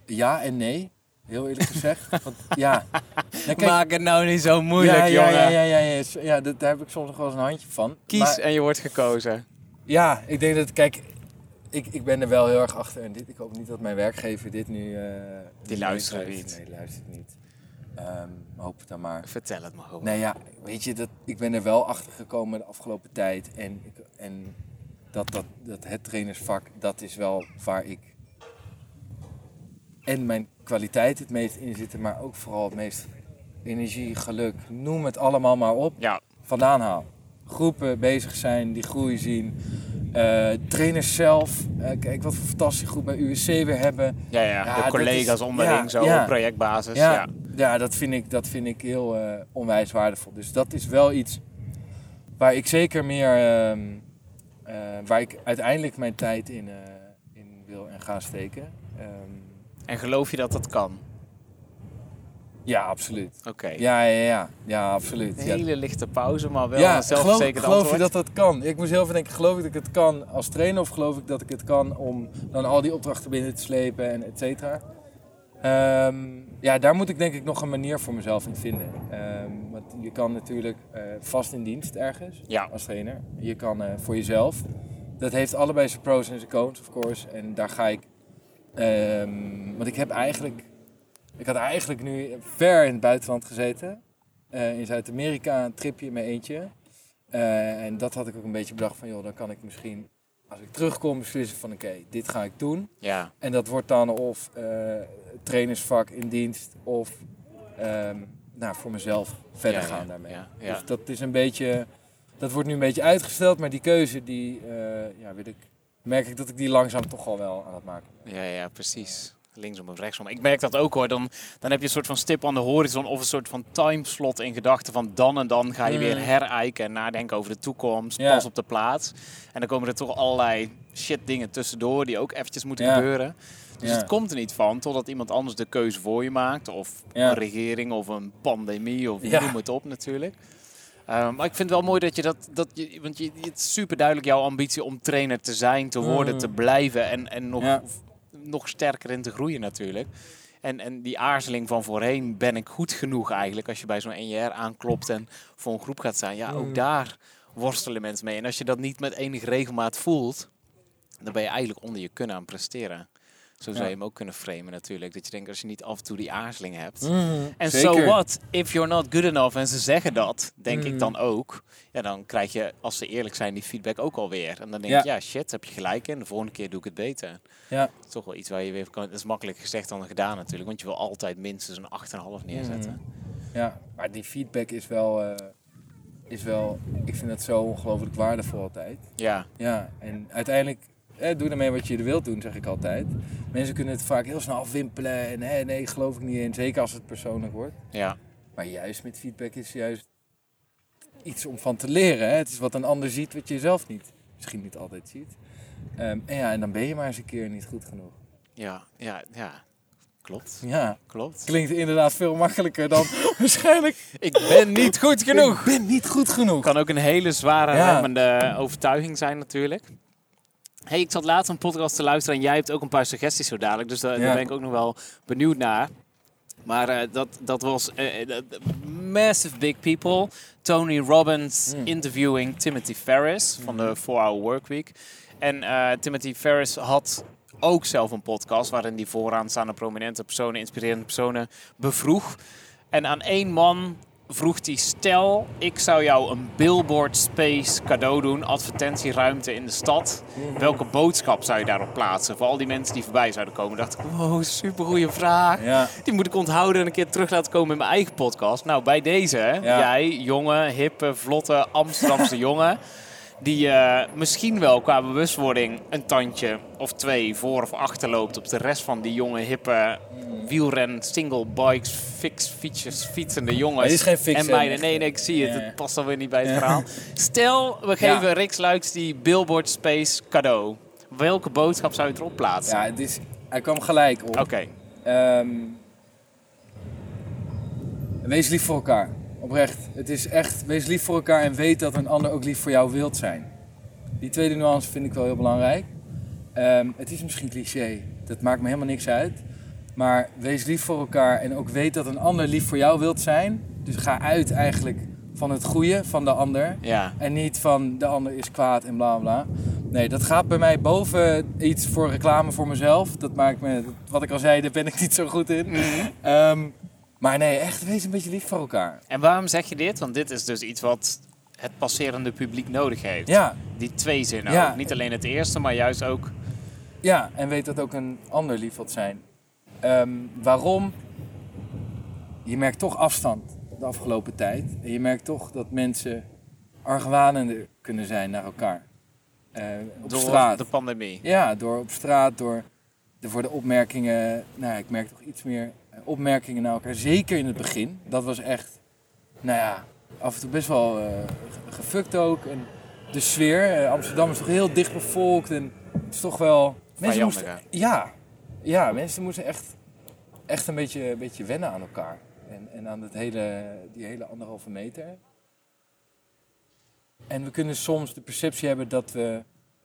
Ja en nee. Heel eerlijk gezegd. Want, ja. Nou, kijk, Maak het nou niet zo moeilijk, ja, ja, jongen. ja, ja, ja, ja, ja, ja dat, daar heb ik soms nog wel eens een handje van. Kies Maar, en je wordt gekozen. ja, ik denk dat, kijk, ik, ik ben er wel heel erg achter. En dit, ik hoop niet dat mijn werkgever dit nu... Uh, Die luistert niet. Nee, luistert niet. Um, hoop het dan maar. Vertel het maar gewoon. Nee, ja, weet je, dat, ik ben er wel achter gekomen de afgelopen tijd. En, ik, en dat, dat, dat het trainersvak, dat is wel waar ik... En mijn kwaliteit het meest in zitten, maar ook vooral het meest energie, geluk, noem het allemaal maar op, Ja. vandaan haal. Groepen bezig zijn, die groei zien. Uh, trainers zelf, uh, kijk wat voor fantastische groep bij U S C weer hebben. Ja, ja, Ja, de collega's is, onderling ja, zo ja. op projectbasis. Ja, Ja. ja dat, vind ik, dat vind ik heel uh, onwijs waardevol. Dus dat is wel iets waar ik zeker meer, uh, uh, waar ik uiteindelijk mijn tijd in, uh, in wil en ga steken. Um, En geloof je dat dat kan? Ja, absoluut. Oké. Okay. Ja, ja, ja, ja, absoluut. Een hele lichte pauze, maar wel ja, een zelfverzekerd geloof, antwoord. geloof je dat dat kan? Ik moest heel veel denken, geloof ik dat ik het kan als trainer of geloof ik dat ik het kan om dan al die opdrachten binnen te slepen en et cetera? Um, ja, daar moet ik denk ik nog een manier voor mezelf in vinden. Um, want je kan natuurlijk uh, vast in dienst ergens ja. als trainer. Je kan uh, voor jezelf. Dat heeft allebei zijn pros en zijn cons, of course. En daar ga ik... Um, want ik heb eigenlijk... Ik had eigenlijk nu ver in het buitenland gezeten. Uh, in Zuid-Amerika een tripje in mijn eentje. Uh, en dat had ik ook een beetje bedacht van... joh, dan kan ik misschien, als ik terugkom, beslissen van... oké, okay, dit ga ik doen. Ja. En dat wordt dan of uh, trainersvak in dienst... of um, nou, voor mezelf verder ja, gaan ja, daarmee. Ja, ja. Dus dat is een beetje... Dat wordt nu een beetje uitgesteld. Maar die keuze, die uh, ja, weet ik, merk ik dat ik die langzaam toch al wel aan het maken ben. Ja, ja, precies. Linksom of rechtsom. Ik merk dat ook hoor. Dan, dan heb je een soort van stip aan de horizon of een soort van timeslot in gedachten van dan en dan ga je weer herijken en nadenken over de toekomst. Ja. Pas op de plaats. En dan komen er toch allerlei shit dingen tussendoor die ook eventjes moeten ja. gebeuren. Dus ja. het komt er niet van totdat iemand anders de keuze voor je maakt. Of ja. een regering of een pandemie of ja. noem het op natuurlijk. Uh, maar ik vind het wel mooi dat je dat, dat je, want je, het is super duidelijk jouw ambitie om trainer te zijn, te worden, mm. te blijven en, en nog... Ja. nog sterker in te groeien natuurlijk. En, en die aarzeling van voorheen, ben ik goed genoeg eigenlijk, als je bij zo'n N J R aanklopt en voor een groep gaat staan. Ja, ook daar worstelen mensen mee. En als je dat niet met enige regelmaat voelt, dan ben je eigenlijk onder je kunnen aan presteren. Zo zou je hem ook kunnen framen natuurlijk. Dat je denkt, als je niet af en toe die aarzeling hebt. Mm, en so what? If you're not good enough. En ze zeggen dat, denk mm. ik dan ook. Ja, dan krijg je, als ze eerlijk zijn, die feedback ook alweer. En dan denk ja. je, ja shit, heb je gelijk in. De volgende keer doe ik het beter. Ja. Dat is toch wel iets waar je weer kan. Dat is makkelijk gezegd dan gedaan natuurlijk. Want je wil altijd minstens een acht komma vijf neerzetten. Mm. Ja, maar die feedback is wel... Uh, is wel... Ik vind het zo ongelooflijk waardevol altijd. Ja. Ja, en uiteindelijk... Eh, doe ermee wat je er wilt doen, zeg ik altijd. Mensen kunnen het vaak heel snel afwimpelen. En hey, nee, geloof ik niet in. Zeker als het persoonlijk wordt. Ja. Maar juist met feedback is juist iets om van te leren. Hè? Het is wat een ander ziet wat je zelf niet, misschien niet altijd ziet. Um, en ja, en dan ben je maar eens een keer niet goed genoeg. Ja, ja, ja. Klopt. Ja. Klopt. Klinkt inderdaad veel makkelijker dan waarschijnlijk. Ik ben niet goed genoeg. Ik ben niet goed genoeg. Kan ook een hele zware ja. remmende overtuiging zijn natuurlijk. Hey, ik zat laatst een podcast te luisteren en jij hebt ook een paar suggesties zo dadelijk. Dus daar, ja. daar ben ik ook nog wel benieuwd naar. Maar uh, dat, dat was uh, uh, Massive Big People. Tony Robbins mm. interviewing Timothy Ferriss mm. van de four hour Workweek. En uh, Timothy Ferriss had ook zelf een podcast waarin hij vooraanstaande prominente personen, inspirerende personen bevroeg. En aan één man vroeg hij, stel, ik zou jou een billboard space cadeau doen, advertentieruimte in de stad. Welke boodschap zou je daarop plaatsen? Voor al die mensen die voorbij zouden komen. Dacht ik, wow, supergoeie vraag. Ja. Die moet ik onthouden en een keer terug laten komen in mijn eigen podcast. Nou, bij deze, hè? Ja. Jij, jonge, hippe, vlotte, Amsterdamse jongen, die uh, misschien wel qua bewustwording een tandje of twee voor of achter loopt op de rest van die jonge, hippe, wielren, single bikes, fix fietsjes, fietsende jongens. Het is geen fix, en meiden. Nee, nee, ik zie het. Ja. Het past alweer niet bij het ja. verhaal. Stel, we geven ja. Rick Sluits die billboard space cadeau. Welke boodschap zou je erop plaatsen? Ja, het is, hij kwam gelijk op. Oké. Okay. Um, wees lief voor elkaar. Oprecht. Het is echt, wees lief voor elkaar en weet dat een ander ook lief voor jou wilt zijn. Die tweede nuance vind ik wel heel belangrijk. Um, het is misschien cliché. Dat maakt me helemaal niks uit. Maar wees lief voor elkaar en ook weet dat een ander lief voor jou wilt zijn. Dus ga uit eigenlijk van het goede van de ander. Ja. En niet van de ander is kwaad en bla bla. Nee, dat gaat bij mij boven iets voor reclame voor mezelf. Dat maakt me, wat ik al zei, daar ben ik niet zo goed in. Mm-hmm. Um, maar nee, echt, wees een beetje lief voor elkaar. En waarom zeg je dit? Want dit is dus iets wat het passerende publiek nodig heeft. Ja. Die twee zinnen Ja. ook. Niet alleen het eerste, maar juist ook... Ja, en weet dat ook een ander lief wilt zijn. Um, waarom? Je merkt toch afstand de afgelopen tijd. En je merkt toch dat mensen argwanender kunnen zijn naar elkaar. Uh, op door straat. de pandemie. Ja, door op straat, door, door de opmerkingen. Nou, ik merk toch iets meer opmerkingen naar elkaar. Zeker in het begin. Dat was echt, nou ja, af en toe best wel uh, gefukt ook. En de sfeer. Uh, Amsterdam is toch heel dicht bevolkt. En het is toch wel... Mensen moesten, ja, ja, mensen moesten echt, echt een, beetje, een beetje wennen aan elkaar. En, en aan het hele, die hele anderhalve meter. En we kunnen soms de perceptie hebben dat we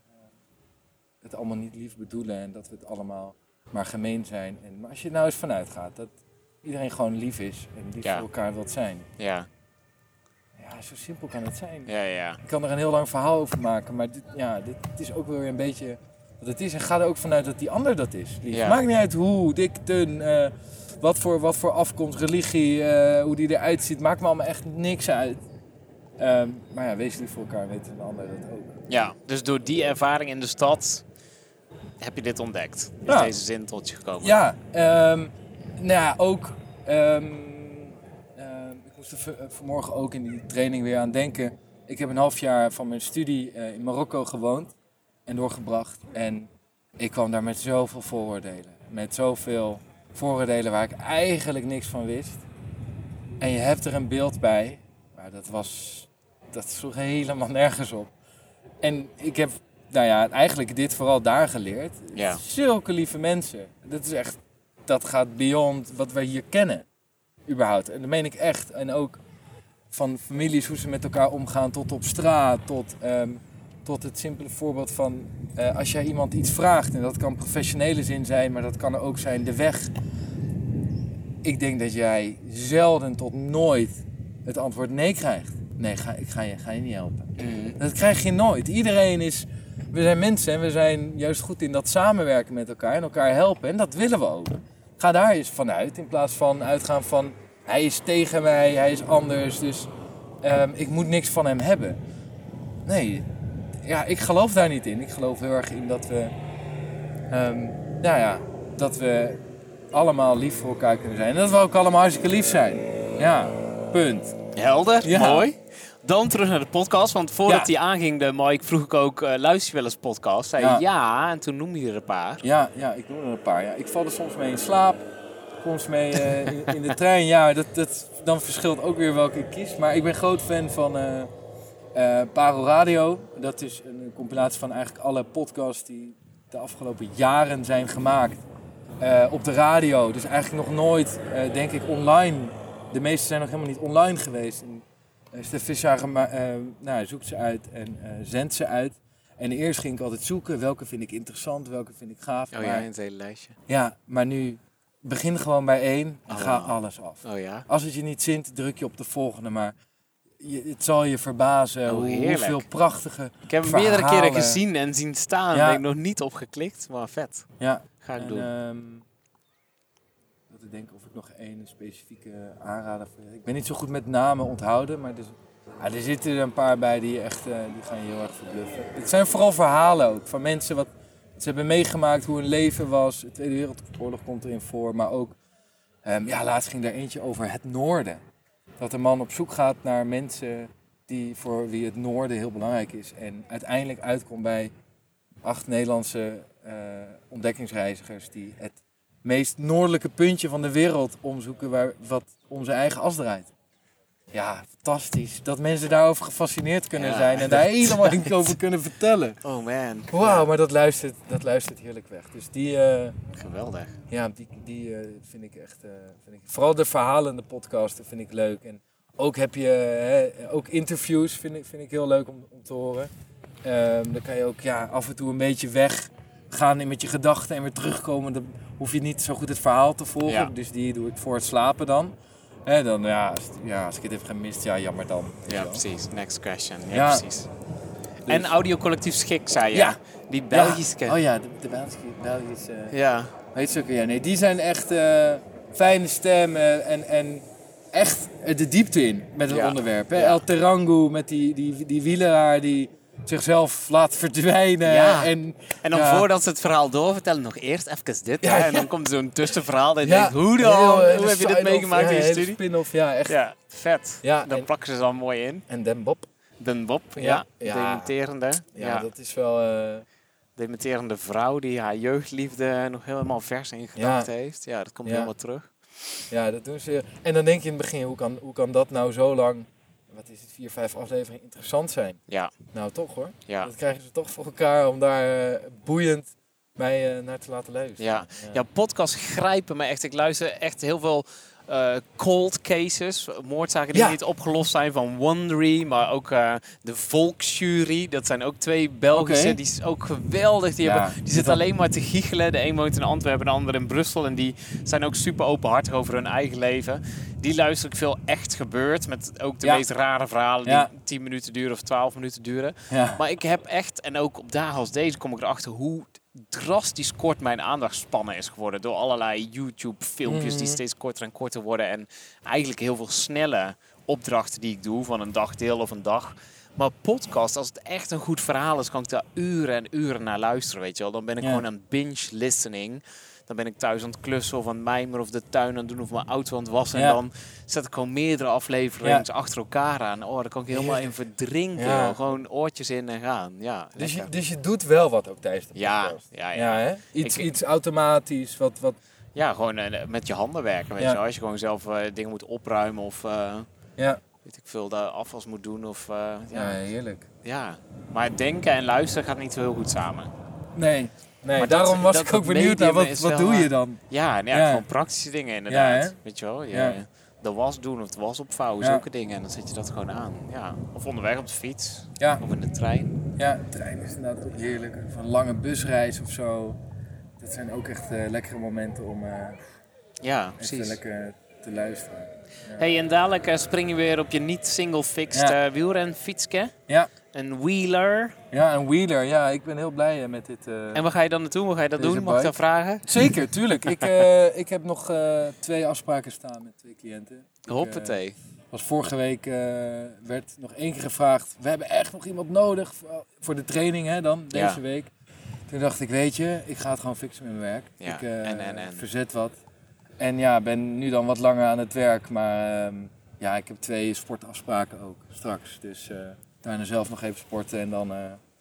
het allemaal niet lief bedoelen. En dat we het allemaal maar gemeen zijn. En, maar als je er nou eens vanuit gaat dat iedereen gewoon lief is. En lief Ja. voor elkaar wilt zijn. Ja. Ja, zo simpel kan het zijn. Ja, ja. Ik kan er een heel lang verhaal over maken. Maar dit, ja, dit, dit is ook weer een beetje... wat het is en ga er ook vanuit dat die ander dat is. Lief. Ja. Maakt niet uit hoe, dik, dun, uh, wat, voor, wat voor afkomst, religie, uh, hoe die eruit ziet. Maakt me allemaal echt niks uit. Um, maar ja, wees lief voor elkaar, weten de ander dat ook. Ja, dus door die ervaring in de stad heb je dit ontdekt. Is Ja. deze zin tot je gekomen? Ja, um, nou ja, ook... Um, uh, ik moest er v- vanmorgen ook in die training weer aan denken. Ik heb een half jaar van mijn studie uh, in Marokko gewoond. En doorgebracht. En ik kwam daar met zoveel vooroordelen. Met zoveel vooroordelen waar ik eigenlijk niks van wist. En je hebt er een beeld bij. Maar dat was... Dat sloeg helemaal nergens op. En ik heb, nou ja, eigenlijk dit vooral daar geleerd. Ja. Zulke lieve mensen. Dat is echt... Dat gaat beyond wat wij hier kennen. Überhaupt. En dat meen ik echt. En ook van families, hoe ze met elkaar omgaan. Tot op straat. Tot... Um, Tot het simpele voorbeeld van uh, als jij iemand iets vraagt, en dat kan professionele zin zijn, maar dat kan er ook zijn de weg. Ik denk dat jij zelden tot nooit het antwoord nee krijgt. Nee, ga, ik ga je, ga je niet helpen. Mm. Dat krijg je nooit. Iedereen is, we zijn mensen en we zijn juist goed in dat samenwerken met elkaar en elkaar helpen. En dat willen we ook. Ga daar eens vanuit in plaats van uitgaan van hij is tegen mij, hij is anders, dus um, ik moet niks van hem hebben. Nee. Ja, ik geloof daar niet in. Ik geloof heel erg in dat we, um, nou ja, dat we allemaal lief voor elkaar kunnen zijn. En dat we ook allemaal hartstikke lief zijn. Ja, punt. Helder, Ja. mooi. Dan terug naar de podcast, want voordat Ja. die aanging, de Mike, vroeg ik ook, uh, luister je wel eens podcast? Zei Ja. ja. ja, en toen noemde je er een paar. Ja, ja, ik doe er een paar. Ja. Ik val er soms mee in slaap, soms mee uh, in, in de trein. Ja, dat, dat, dan verschilt ook weer welke ik kies. Maar ik ben groot fan van uh, uh, Paro Radio. Dat is een compilatie van eigenlijk alle podcasts die de afgelopen jaren zijn gemaakt. Uh, op de radio. Dus eigenlijk nog nooit, uh, denk ik, online. De meeste zijn nog helemaal niet online geweest. En, uh, Stef Visser uh, nou, zoekt ze uit en uh, zendt ze uit. En eerst ging ik altijd zoeken, welke vind ik interessant, welke vind ik gaaf. Oh maar, ja, in het hele lijstje. ja, maar nu begin gewoon bij één en ga Allemaal. alles af. Oh ja. Als het je niet zint, druk je op de volgende. Maar je, het zal je verbazen Oh, hoe, heerlijk. hoeveel prachtige Ik heb hem verhalen. meerdere keren gezien en zien staan. Ja. Daar ben ik nog niet op geklikt, maar vet. Ja, Ga ik en, doen. Um, dat ik denk of ik nog één specifieke aanrader voor je. Ik ben niet zo goed met namen onthouden, maar er, ja, er zitten er een paar bij die echt, uh, die gaan je heel erg verbluffen. Het zijn vooral verhalen ook van mensen wat ze hebben meegemaakt, hoe hun leven was. De Tweede Wereldoorlog komt erin voor, maar ook, um, ja, laatst ging er eentje over het noorden. Dat een man op zoek gaat naar mensen die, voor wie het noorden heel belangrijk is. En uiteindelijk uitkomt bij acht Nederlandse uh, ontdekkingsreizigers die het meest noordelijke puntje van de wereld omzoeken waar, wat om zijn eigen as draait. Ja, fantastisch. Dat mensen daarover gefascineerd kunnen Ja, zijn en daar helemaal iets over kunnen vertellen. Oh man. Wauw, maar dat luistert, dat luistert heerlijk weg. Dus die, uh, Geweldig. ja, die, die uh, vind ik echt... Uh, vind ik, vooral de verhalende podcasten vind ik leuk. En ook heb je hè, ook interviews vind ik, vind ik heel leuk om, om te horen. Um, dan kan je ook ja, af en toe een beetje weg gaan met je gedachten en weer terugkomen. Dan hoef je niet zo goed het verhaal te volgen. Ja. Dus die doe ik voor het slapen dan. En dan, ja, als, ja, als ik het heb gemist, ja, jammer dan. weet Ja, je wel. precies. Next question. Ja, Ja. precies. En audiocollectief Schik, zei je. Ja. Die Belgische. Ja. Oh ja, de, de Belgische... Belgische Ja. Weet je ook, ja, nee, die zijn echt uh, fijne stemmen en, en echt de diepte in met het Ja. onderwerp. Hè? Ja. El Terangu met die, die, die wieleraar die zichzelf laat verdwijnen. Ja. En, En dan ja. voordat ze het verhaal doorvertellen, nog eerst even dit. Ja, hè? En ja. dan komt zo'n tussenverhaal. En je Ja. denkt, hoe dan? Heel, Hoe eh, heb de je dit sign-off, meegemaakt ja, in je hele studie? spin-off, ja, echt. Ja, vet. Ja, Dan en- plakken ze dan mooi in. En Den Bob. Den Bob, ja. Ja. Ja. Dementerende. Ja, Ja. dat is wel... Uh, Dementerende vrouw die haar jeugdliefde nog helemaal vers in gedachten heeft. Ja, dat komt Ja. helemaal terug. ja, dat doen ze. En dan denk je in het begin, hoe kan, hoe kan dat nou zo lang... Wat is het, vier, vijf afleveringen interessant zijn? Ja, Nou, toch hoor. ja. Dat krijgen ze toch voor elkaar om daar uh, boeiend mij uh, naar te laten luisteren. Ja. Ja, podcasts grijpen me echt. Ik luister echt heel veel uh, cold cases, moordzaken die Ja. niet opgelost zijn van Wondery, maar ook uh, de Volksjury. Dat zijn ook twee Belgische, Oké. die is ook geweldig. Die, Ja, hebben, die dit zitten dan- alleen maar te giechelen. De een woont in Antwerpen, de ander in Brussel. En die zijn ook super openhartig over hun eigen leven. Die luister ik veel echt gebeurd. Met ook de Ja. meest rare verhalen Ja. die tien minuten duren of twaalf minuten duren. Ja. Maar ik heb echt, en ook op dagen als deze kom ik erachter hoe drastisch kort mijn aandachtspannen is geworden. Door allerlei YouTube-filmpjes die Mhm. steeds korter en korter worden. En eigenlijk heel veel snelle opdrachten die ik doe van een dagdeel of een dag. Maar podcast, als het echt een goed verhaal is, kan ik daar uren en uren naar luisteren, weet je wel. Dan ben ik Ja. gewoon aan binge listening. Dan ben ik thuis aan het klussen of aan het mijmeren of de tuin aan het doen of mijn auto aan het wassen. Ja. En dan zet ik gewoon meerdere afleveringen Ja. achter elkaar aan. Oh, daar kan ik helemaal in verdrinken. Ja. joh. Gewoon oortjes in en gaan. Ja, Dus je, lekker. dus je doet wel wat ook tijdens de ja, podcast? ja, ja. Ja, hè? Iets, Ik- iets automatisch, wat... wat Ja, gewoon eh, met je handen werken, weet Ja. je wel. Als je gewoon zelf eh, dingen moet opruimen of eh, ja. weet ik veel, daar afwas moet doen of eh, ja, ja. heerlijk. ja. Maar denken en luisteren gaat niet zo heel goed samen. Nee, nee Maar daarom dat- was dat- ik ook dat benieuwd naar medium wat, is wat wel, doe je eh, dan? Ja, en ja, Ja. gewoon praktische dingen inderdaad. hè? Weet je wel, je, Ja. de was doen of de was opvouwen, Ja. zulke dingen. En dan zet je dat gewoon aan. Ja. Of onderweg op de fiets Ja, of in de trein. ja, de trein is inderdaad ook heerlijk. Of een lange busreis of zo. Dat zijn ook echt eh, lekkere momenten om eh Ja, even precies. lekker te luisteren. Ja. Hey, en dadelijk eh, spring je weer op je niet single-fixed Ja. eh, wielrenfietsje. Ja. Een wheeler. Ja, een wheeler. Ja, ik ben heel blij eh, met dit. eh, En waar ga je dan naartoe? Hoe ga je dat Deze doen? Mag ik dat bike. vragen? Zeker, tuurlijk. ik, eh, ik heb nog eh, twee afspraken staan met twee cliënten. Ik, eh, Hoppatee. was vorige week eh, werd nog één keer gevraagd. We hebben echt nog iemand nodig voor- voor de training hè, dan, deze Ja. week. Toen dacht ik, weet je, ik ga het gewoon fixen met mijn werk. Ja, Ik eh, en, en, en. verzet wat. En ja, ben nu dan wat langer aan het werk. Maar ehm, ja, ik heb twee sportafspraken ook straks. Dus eh, daarna zelf nog even sporten. En dan, eh,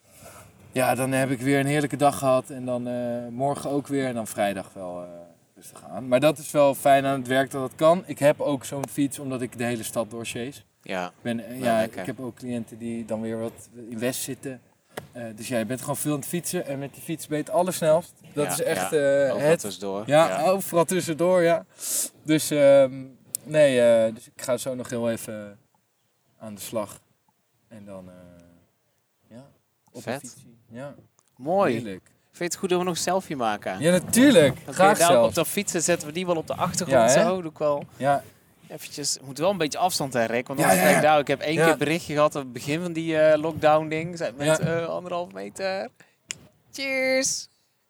ja, dan heb ik weer een heerlijke dag gehad. En dan eh, morgen ook weer. En dan vrijdag wel eh, rustig aan. Maar dat is wel fijn aan het werk dat dat kan. Ik heb ook zo'n fiets omdat ik de hele stad doorchase. Ja, Ik ben, eh, Ja, ja, lekker. ik heb ook cliënten die dan weer wat in West zitten. Eh, dus ja, je bent gewoon veel aan het fietsen. En met die fiets ben je het allersnelst. Dat Ja, is echt ja. eh, overal het. tussendoor. Ja, overal tussendoor, ja. Dus, ehm, nee, eh, dus ik ga zo nog heel even aan de slag. En dan, eh, ja, op Vet. een fietsie. Ja, Mooi. heerlijk. Vind je het goed dat we nog een selfie maken? Ja, natuurlijk. Dan kun je Graag daar op zelfs. dat fietsen zetten we die wel op de achtergrond Ja, hè? zo. Doe ik wel Ja, eventjes. Moet wel een beetje afstand hè, Rick. Want Ja, anders ja, denk ik, nou, ik heb één Ja. keer een berichtje gehad op het begin van die eh, lockdown ding. Zijn met Ja. eh, anderhalf meter. Cheers.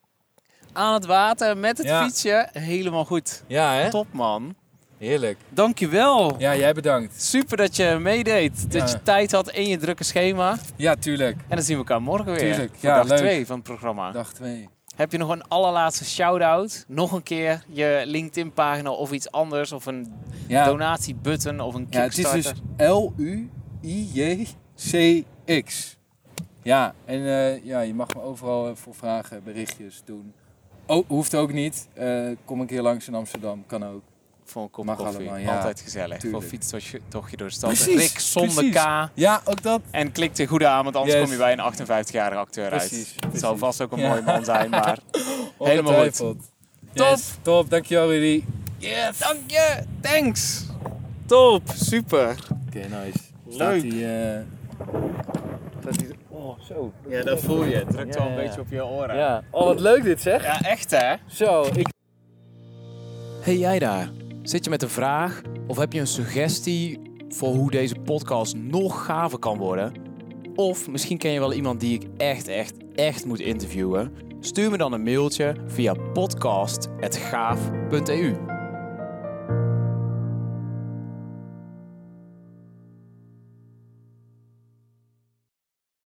Aan het water met het Ja. fietsje. Helemaal goed. ja hè? Top man. Heerlijk. Dankjewel. Ja, jij bedankt. Super dat je meedeed. Dat Ja. je tijd had in je drukke schema. Ja, tuurlijk. En dan zien we elkaar morgen weer. Tuurlijk. Voor Ja, dag leuk. twee van het programma. Dag twee. Heb je nog een allerlaatste shout-out? Nog een keer je LinkedIn-pagina of iets anders? Of een Ja, donatiebutton of een ja, het is Kickstarter? dus L U I J C X. Ja, en eh, ja, je mag me overal eh, voor vragen, berichtjes doen. Oh, hoeft ook niet. Eh, kom een keer langs in Amsterdam, kan ook. Voor een kop Mag koffie. allemaal, ja. Altijd gezellig. Tuurlijk. Voor fietstochtje door de stad. Precies, Rick zonder precies. K. Ja, ook dat. En klik de goede aan, want anders Yes. kom je bij een achtenvijftigjarige acteur Precies, uit. Het precies. zal vast ook een Ja. mooi man zijn, maar helemaal goed. Ongetwijfeld. Top. Yes, top, dankjewel Rudy. Yes, dank je. Thanks. Top, super. Oké, nice. Staat Leuk. die, eh, staat die Oh, zo. Ja, dat voel je. Het drukt Ja, wel een ja, ja. beetje op je oren. Ja. Oh, wat leuk dit zeg. Ja, echt hè? Zo, ik... Hey jij daar, zit je met een vraag of heb je een suggestie voor hoe deze podcast nog gaver kan worden? Of misschien ken je wel iemand die ik echt, echt, echt moet interviewen? Stuur me dan een mailtje via podcast apenstaartje gaaf punt e u.